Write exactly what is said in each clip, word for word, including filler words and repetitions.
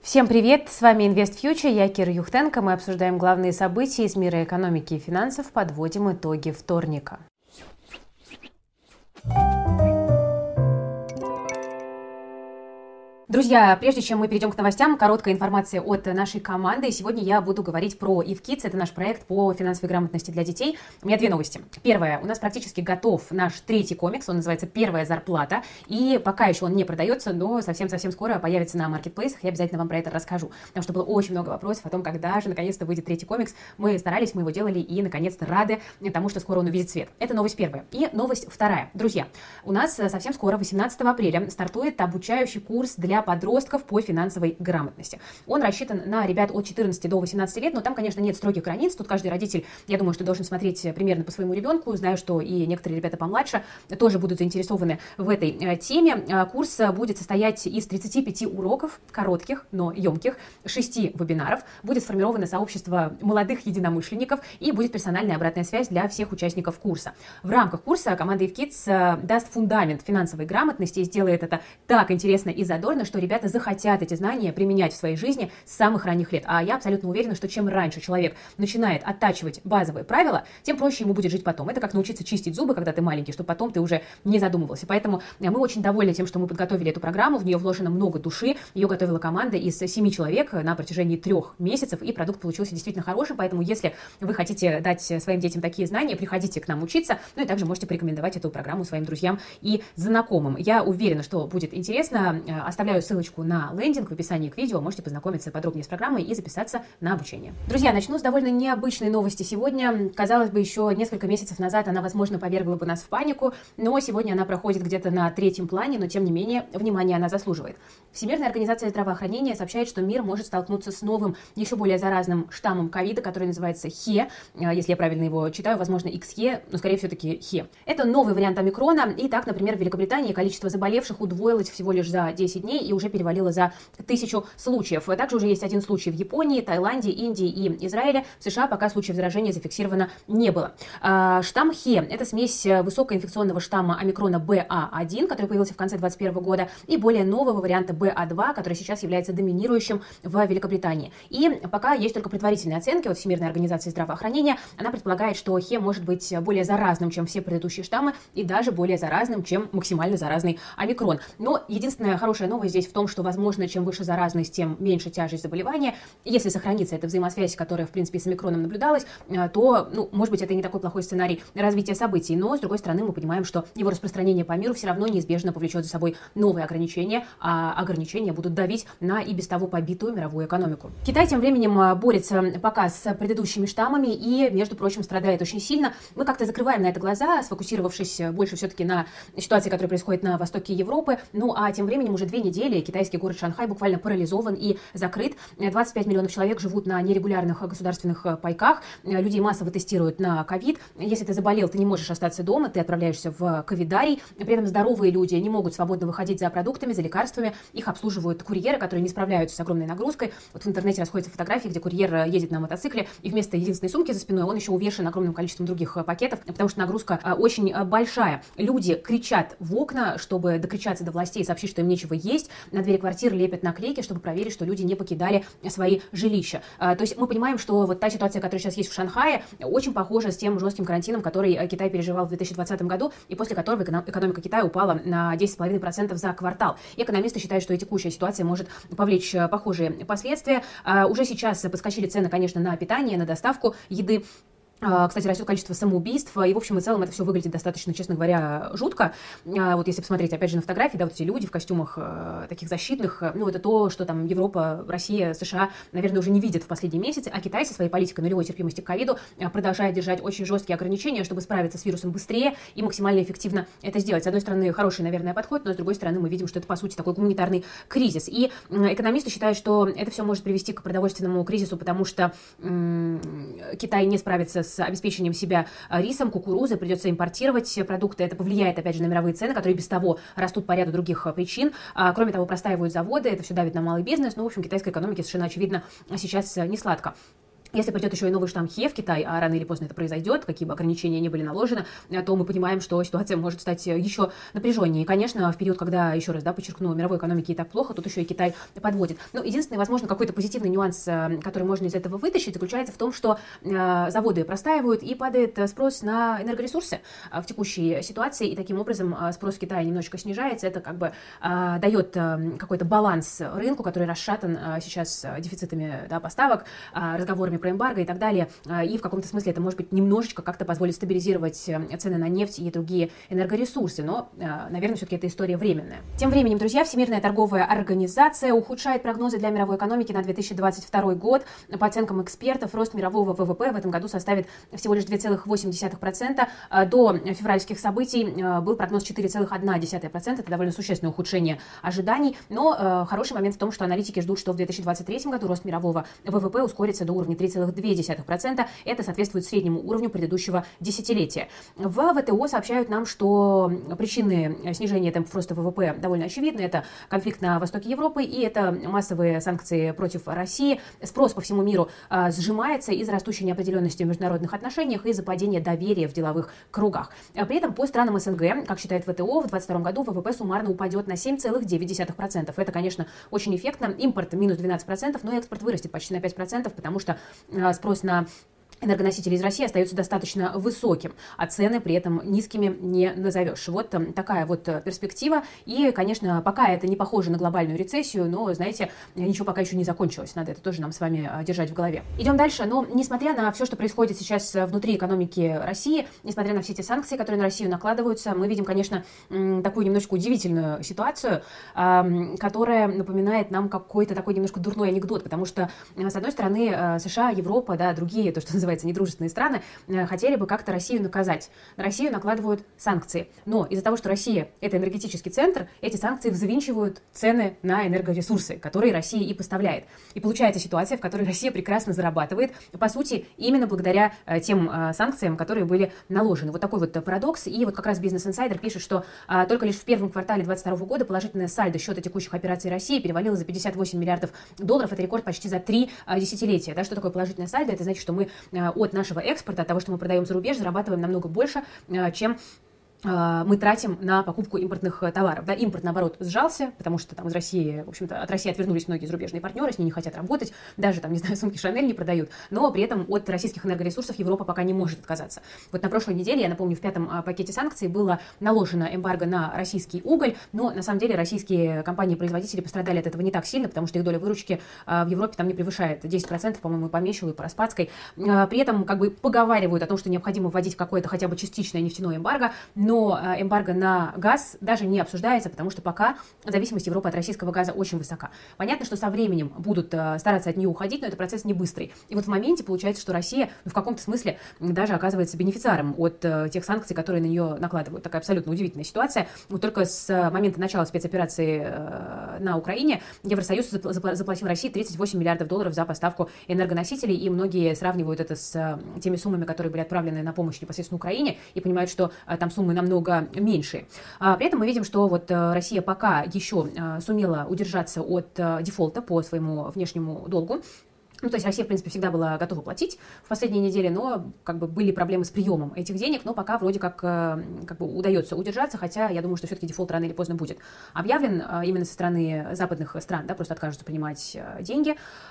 Всем привет! С вами Invest Future, я Кира Юхтенко. Мы обсуждаем главные события из мира экономики и финансов, подводим итоги вторника. Друзья, прежде чем мы перейдем к новостям, короткая информация от нашей команды. Сегодня я буду говорить про IFKids, это наш проект по финансовой грамотности для детей. У меня две новости. Первая, у нас практически готов наш третий комикс, он называется «Первая зарплата», и пока еще он не продается, но совсем-совсем скоро появится на маркетплейсах, я обязательно вам про это расскажу, потому что было очень много вопросов о том, когда же наконец-то выйдет третий комикс. Мы старались, мы его делали и наконец-то рады тому, что скоро он увидит свет. Это новость первая. И новость вторая. Друзья, у нас совсем скоро, восемнадцатого апреля, стартует обучающий курс для подростков по финансовой грамотности. Он рассчитан на ребят от четырнадцати до восемнадцати лет, но там, конечно, нет строгих границ. Тут каждый родитель, я думаю, что должен смотреть примерно по своему ребенку. Знаю, что и некоторые ребята помладше тоже будут заинтересованы в этой теме. Курс будет состоять из тридцати пяти уроков, коротких, но емких, шести вебинаров. Будет сформировано сообщество молодых единомышленников и будет персональная обратная связь для всех участников курса. В рамках курса команда IFKids даст фундамент финансовой грамотности и сделает это так интересно и задорно, что ребята захотят эти знания применять в своей жизни с самых ранних лет. А я абсолютно уверена, что чем раньше человек начинает оттачивать базовые правила, тем проще ему будет жить потом. Это как научиться чистить зубы, когда ты маленький, чтобы потом ты уже не задумывался. Поэтому мы очень довольны тем, что мы подготовили эту программу, в нее вложено много души, ее готовила команда из семи человек на протяжении трех месяцев, и продукт получился действительно хороший, поэтому если вы хотите дать своим детям такие знания, приходите к нам учиться, ну и также можете порекомендовать эту программу своим друзьям и знакомым. Я уверена, что будет интересно. Оставляю ссылочку на лендинг в описании к видео, можете познакомиться подробнее с программой и записаться на обучение. Друзья, начну с довольно необычной новости сегодня. Казалось бы, еще несколько месяцев назад она, возможно, повергла бы нас в панику, но сегодня она проходит где-то на третьем плане, но тем не менее, внимания она заслуживает. Всемирная организация здравоохранения сообщает, что мир может столкнуться с новым, еще более заразным штаммом ковида, который называется Хе, если я правильно его читаю, возможно, икс и, но скорее все-таки Хе. Это новый вариант омикрона, и так, например, в Великобритании количество заболевших удвоилось всего лишь за десять дней и уже перевалило за тысячу случаев. Также уже есть один случай в Японии, Таиланде, Индии и Израиле. В США пока случаев заражения зафиксировано не было. Штамм Хе – это смесь высокоинфекционного штамма омикрона бэ а один, который появился в конце двадцать первого года, и более нового варианта бэ а два, который сейчас является доминирующим в Великобритании. И пока есть только предварительные оценки от Всемирной организации здравоохранения. Она предполагает, что Хе может быть более заразным, чем все предыдущие штаммы, и даже более заразным, чем максимально заразный омикрон. Но единственная хорошая новость здесь в том, что, возможно, чем выше заразность, тем меньше тяжесть заболевания. Если сохранится эта взаимосвязь, которая, в принципе, с омикроном наблюдалась, то, ну, может быть, это и не такой плохой сценарий развития событий. Но, с другой стороны, мы понимаем, что его распространение по миру все равно неизбежно повлечет за собой новые ограничения, а ограничения будут давить на и без того побитую мировую экономику. Китай тем временем борется пока с предыдущими штаммами и, между прочим, страдает очень сильно. Мы как-то закрываем на это глаза, сфокусировавшись больше все-таки на ситуации, которая происходит на востоке Европы. Ну, а тем временем уже две недели китайский город Шанхай буквально парализован и закрыт. двадцать пять миллионов человек живут на нерегулярных государственных пайках. Людей массово тестируют на ковид. Если ты заболел, ты не можешь остаться дома, ты отправляешься в ковидарий. При этом здоровые люди не могут свободно выходить за продуктами, за лекарствами. Их обслуживают курьеры, которые не справляются с огромной нагрузкой. Вот в интернете расходятся фотографии, где курьер едет на мотоцикле, и вместо единственной сумки за спиной он еще увешан огромным количеством других пакетов, потому что нагрузка очень большая. Люди кричат в окна, чтобы докричаться до властей и сообщить, что им нечего есть. На двери квартир лепят наклейки, чтобы проверить, что люди не покидали свои жилища. То есть мы понимаем, что вот та ситуация, которая сейчас есть в Шанхае, очень похожа с тем жестким карантином, который Китай переживал в две тысячи двадцатом году, и после которого экономика Китая упала на десять целых пять десятых процента за квартал. И экономисты считают, что и текущая ситуация может повлечь похожие последствия. Уже сейчас подскочили цены, конечно, на питание, на доставку еды. Кстати, растет количество самоубийств, и в общем и целом это все выглядит достаточно, честно говоря, жутко. Вот если посмотреть, опять же, на фотографии, да, вот эти люди в костюмах таких защитных, ну, это то, что там Европа, Россия, США, наверное, уже не видят в последние месяцы, а Китай со своей политикой нулевой терпимости к ковиду продолжает держать очень жесткие ограничения, чтобы справиться с вирусом быстрее и максимально эффективно это сделать. С одной стороны, хороший, наверное, подход, но с другой стороны, мы видим, что это, по сути, такой гуманитарный кризис. И экономисты считают, что это все может привести к продовольственному кризису, потому что м- Китай не справится с обеспечением себя рисом, кукурузой, придется импортировать продукты. Это повлияет, опять же, на мировые цены, которые без того растут по ряду других причин. Кроме того, простаивают заводы, это все давит на малый бизнес. Ну, в общем, китайской экономике совершенно очевидно сейчас не сладко. Если придет еще и новый штамм Хе в Китай, а рано или поздно это произойдет, какие бы ограничения ни были наложены, то мы понимаем, что ситуация может стать еще напряженнее. И, конечно, в период, когда, еще раз, да, подчеркну, мировой экономике и так плохо, тут еще и Китай подводит. Но единственный, возможно, какой-то позитивный нюанс, который можно из этого вытащить, заключается в том, что заводы простаивают и падает спрос на энергоресурсы в текущей ситуации, и таким образом спрос в Китае немножечко снижается. Это как бы дает какой-то баланс рынку, который расшатан сейчас дефицитами, да, поставок, разговорами про эмбарго и так далее, и в каком-то смысле это может быть немножечко как-то позволит стабилизировать цены на нефть и другие энергоресурсы, но, наверное, все-таки эта история временная. Тем временем, друзья, Всемирная торговая организация ухудшает прогнозы для мировой экономики на две тысячи двадцать второй год. По оценкам экспертов, рост мирового ВВП в этом году составит всего лишь две целых восемь десятых процента. До февральских событий был прогноз четыре целых одна десятая процента, это довольно существенное ухудшение ожиданий, но хороший момент в том, что аналитики ждут, что в две тысячи двадцать третьем году рост мирового ВВП ускорится до уровня три целых две десятых процента. Это соответствует среднему уровню предыдущего десятилетия. В ВТО сообщают нам, что причины снижения темпов роста ВВП довольно очевидны. Это конфликт на востоке Европы и это массовые санкции против России. Спрос по всему миру а, сжимается из-за растущей неопределенности в международных отношениях и из-за падения доверия в деловых кругах. При этом по странам СНГ, как считает ВТО, в две тысячи двадцать втором году ВВП суммарно упадет на семь целых девять десятых процента. Это, конечно, очень эффектно. Импорт минус двенадцать процентов, но экспорт вырастет почти на пять процентов, потому что спрос на энергоносители из России остается достаточно высоким, а цены при этом низкими не назовешь. Вот такая вот перспектива. И, конечно, пока это не похоже на глобальную рецессию, но, знаете, ничего пока еще не закончилось. Надо это тоже нам с вами держать в голове. Идем дальше. Но, несмотря на все, что происходит сейчас внутри экономики России, несмотря на все эти санкции, которые на Россию накладываются, мы видим, конечно, такую немножко удивительную ситуацию, которая напоминает нам какой-то такой немножко дурной анекдот, потому что, с одной стороны, США, Европа, да, другие, то, что называется, недружественные страны, хотели бы как-то Россию наказать. На Россию накладывают санкции. Но из-за того, что Россия – это энергетический центр, эти санкции взвинчивают цены на энергоресурсы, которые Россия и поставляет. И получается ситуация, в которой Россия прекрасно зарабатывает, по сути, именно благодаря тем санкциям, которые были наложены. Вот такой вот парадокс. И вот как раз Business Insider пишет, что только лишь в первом квартале две тысячи двадцать второго года положительное сальдо счета текущих операций России перевалило за пятьдесят восемь миллиардов долларов. Это рекорд почти за три десятилетия. Да, что такое положительное сальдо? Это значит, что мы от нашего экспорта, от того, что мы продаем за рубеж, зарабатываем намного больше, чем мы тратим на покупку импортных товаров. Да, импорт, наоборот, сжался, потому что там из России, в общем-то, от России отвернулись многие зарубежные партнеры, с ней не хотят работать, даже, там, не знаю, сумки Шанель не продают, но при этом от российских энергоресурсов Европа пока не может отказаться. Вот на прошлой неделе, я напомню, в пятом пакете санкций было наложено эмбарго на российский уголь, но на самом деле российские компании-производители пострадали от этого не так сильно, потому что их доля выручки в Европе там не превышает десять процентов, по-моему, по Мещелу и по Распадской. При этом как бы поговаривают о том, что необходимо вводить какое-то хотя бы частичное нефтяное эмбарго, но эмбарго на газ даже не обсуждается, потому что пока зависимость Европы от российского газа очень высока. Понятно, что со временем будут стараться от нее уходить, но это процесс не быстрый. И вот в моменте получается, что Россия, ну, в каком-то смысле даже оказывается бенефициаром от тех санкций, которые на нее накладывают. Такая абсолютно удивительная ситуация. Вот только с момента начала спецоперации на Украине Евросоюз заплатил России тридцать восемь миллиардов долларов за поставку энергоносителей, и многие сравнивают это с теми суммами, которые были отправлены на помощь непосредственно Украине, и понимают, что там суммы намного меньшие. При этом мы видим, что вот Россия пока еще сумела удержаться от дефолта по своему внешнему долгу. Ну, то есть Россия, в принципе, всегда была готова платить в последние недели, но как бы были проблемы с приемом этих денег, но пока вроде как, как бы удается удержаться, хотя я думаю, что все-таки дефолт рано или поздно будет объявлен именно со стороны западных стран, да, просто откажутся принимать деньги,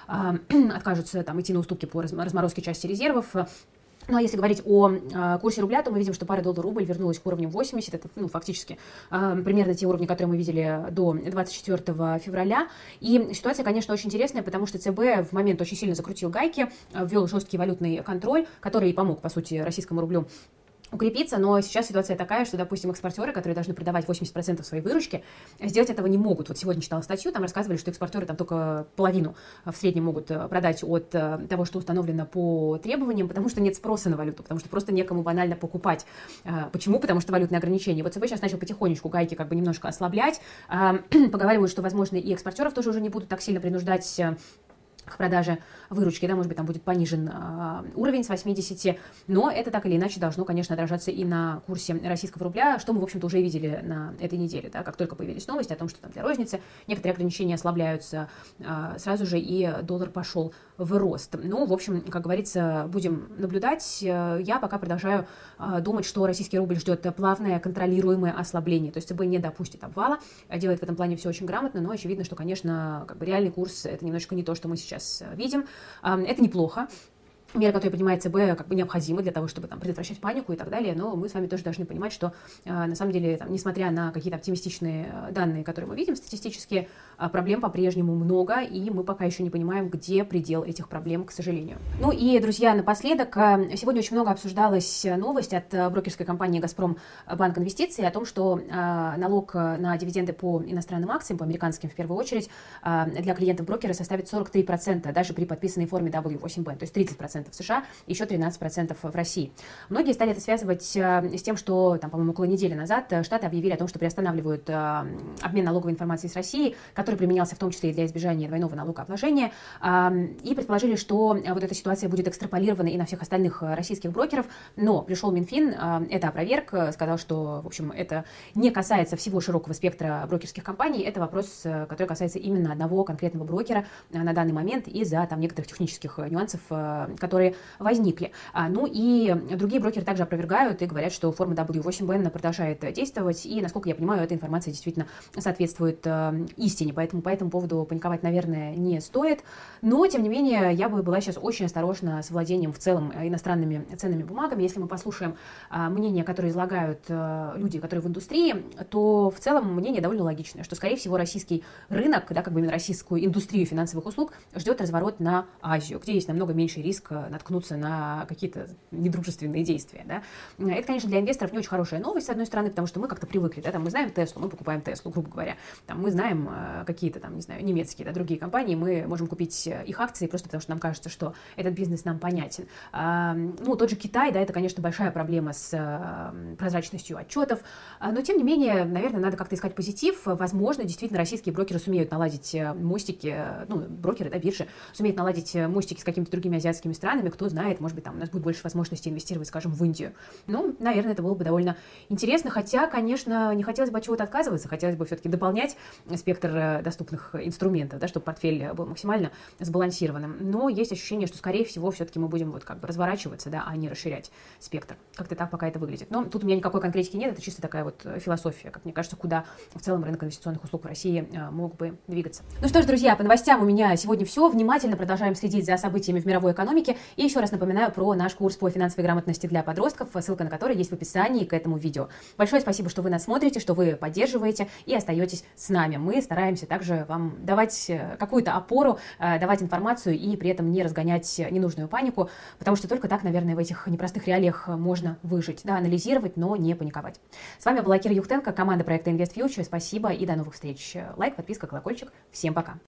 откажутся там идти на уступки по разморозке части резервов. Ну, а если говорить о э, курсе рубля, то мы видим, что пара доллар-рубль вернулась к уровню восемьдесят. Это, ну, фактически э, примерно те уровни, которые мы видели до двадцать четвёртого февраля. И ситуация, конечно, очень интересная, потому что ЦБ в момент очень сильно закрутил гайки, ввел жесткий валютный контроль, который помог, по сути, российскому рублю укрепиться, но сейчас ситуация такая, что, допустим, экспортеры, которые должны продавать восемьдесят процентов своей выручки, сделать этого не могут. Вот сегодня читала статью, там рассказывали, что экспортеры там только половину в среднем могут продать от того, что установлено по требованиям, потому что нет спроса на валюту, потому что просто некому банально покупать. Почему? Потому что валютные ограничения. Вот ЦБ сейчас начал потихонечку гайки как бы немножко ослаблять. Поговаривают, что, возможно, и экспортеров тоже уже не будут так сильно принуждать к продаже выручки, да, может быть, там будет понижен э, уровень с восьмидесяти, но это так или иначе должно, конечно, отражаться и на курсе российского рубля, что мы, в общем-то, уже и видели на этой неделе, да, как только появились новости о том, что там для розницы некоторые ограничения ослабляются, э, сразу же и доллар пошел в рост. Ну, в общем, как говорится, будем наблюдать. Я пока продолжаю э, думать, что российский рубль ждет плавное, контролируемое ослабление, то есть ЦБ не допустит обвала, делает в этом плане все очень грамотно, но очевидно, что, конечно, как бы реальный курс — это немножечко не то, что мы сейчас видим. Это неплохо. Меры, которые принимает ЦБ, как бы необходимы для того, чтобы там предотвращать панику и так далее, но мы с вами тоже должны понимать, что э, на самом деле, там, несмотря на какие-то оптимистичные данные, которые мы видим статистически, э, проблем по-прежнему много, и мы пока еще не понимаем, где предел этих проблем, к сожалению. Ну и, друзья, напоследок, э, сегодня очень много обсуждалась новость от э, брокерской компании «Газпромбанк Инвестиции» о том, что э, налог на дивиденды по иностранным акциям, по американским в первую очередь, э, для клиентов брокера составит сорок три процента, даже при подписанной форме дабл ю восемь бэ, то есть тридцать процентов в США, еще тринадцать процентов в России. Многие стали это связывать э, с тем, что, там, по-моему, около недели назад э, Штаты объявили о том, что приостанавливают э, обмен налоговой информацией с Россией, который применялся в том числе и для избежания двойного налогообложения, э, и предположили, что э, вот эта ситуация будет экстраполирована и на всех остальных э, российских брокеров, но пришел Минфин, э, это опроверг, э, сказал, что, в общем, это не касается всего широкого спектра брокерских компаний, это вопрос, э, который касается именно одного конкретного брокера э, на данный момент из-за там некоторых технических э, нюансов, э, которые возникли. А, ну и другие брокеры также опровергают и говорят, что форма дабл ю восемь бэ продолжает действовать, и, насколько я понимаю, эта информация действительно соответствует э, истине, поэтому по этому поводу паниковать, наверное, не стоит. Но, тем не менее, я бы была сейчас очень осторожна с владением в целом иностранными ценными бумагами. Если мы послушаем э, мнения, которые излагают э, люди, которые в индустрии, то в целом мнение довольно логичное, что, скорее всего, российский рынок, да, как бы именно российскую индустрию финансовых услуг ждет разворот на Азию, где есть намного меньший риск наткнуться на какие-то недружественные действия. Да. Это, конечно, для инвесторов не очень хорошая новость, с одной стороны, потому что мы как-то привыкли, да, там, мы знаем Теслу, мы покупаем Теслу, грубо говоря, там, мы знаем э, какие-то, там, не знаю, немецкие, да, другие компании, мы можем купить их акции просто потому, что нам кажется, что этот бизнес нам понятен. А, ну, тот же Китай, да, это, конечно, большая проблема с э, прозрачностью отчетов, а, но, тем не менее, наверное, надо как-то искать позитив. Возможно, действительно, российские брокеры сумеют наладить мостики, ну, брокеры, да, биржи, сумеют наладить мостики с какими-то другими азиатскими странами, кто знает, может быть, там у нас будет больше возможности инвестировать, скажем, в Индию. Ну, наверное, это было бы довольно интересно, хотя, конечно, не хотелось бы от чего-то отказываться, хотелось бы все-таки дополнять спектр доступных инструментов, да, чтобы портфель был максимально сбалансированным. Но есть ощущение, что, скорее всего, все-таки мы будем вот как бы разворачиваться, да, а не расширять спектр. Как-то так пока это выглядит. Но тут у меня никакой конкретики нет, это чисто такая вот философия, как мне кажется, куда в целом рынок инвестиционных услуг в России мог бы двигаться. Ну что ж, друзья, по новостям у меня сегодня все. Внимательно продолжаем следить за событиями в мировой экономике. И еще раз напоминаю про наш курс по финансовой грамотности для подростков, ссылка на который есть в описании к этому видео. Большое спасибо, что вы нас смотрите, что вы поддерживаете и остаетесь с нами. Мы стараемся также вам давать какую-то опору, давать информацию и при этом не разгонять ненужную панику, потому что только так, наверное, в этих непростых реалиях можно выжить, да, анализировать, но не паниковать. С вами была Кира Юхтенко, команда проекта InvestFuture. Спасибо и до новых встреч. Лайк, подписка, колокольчик. Всем пока.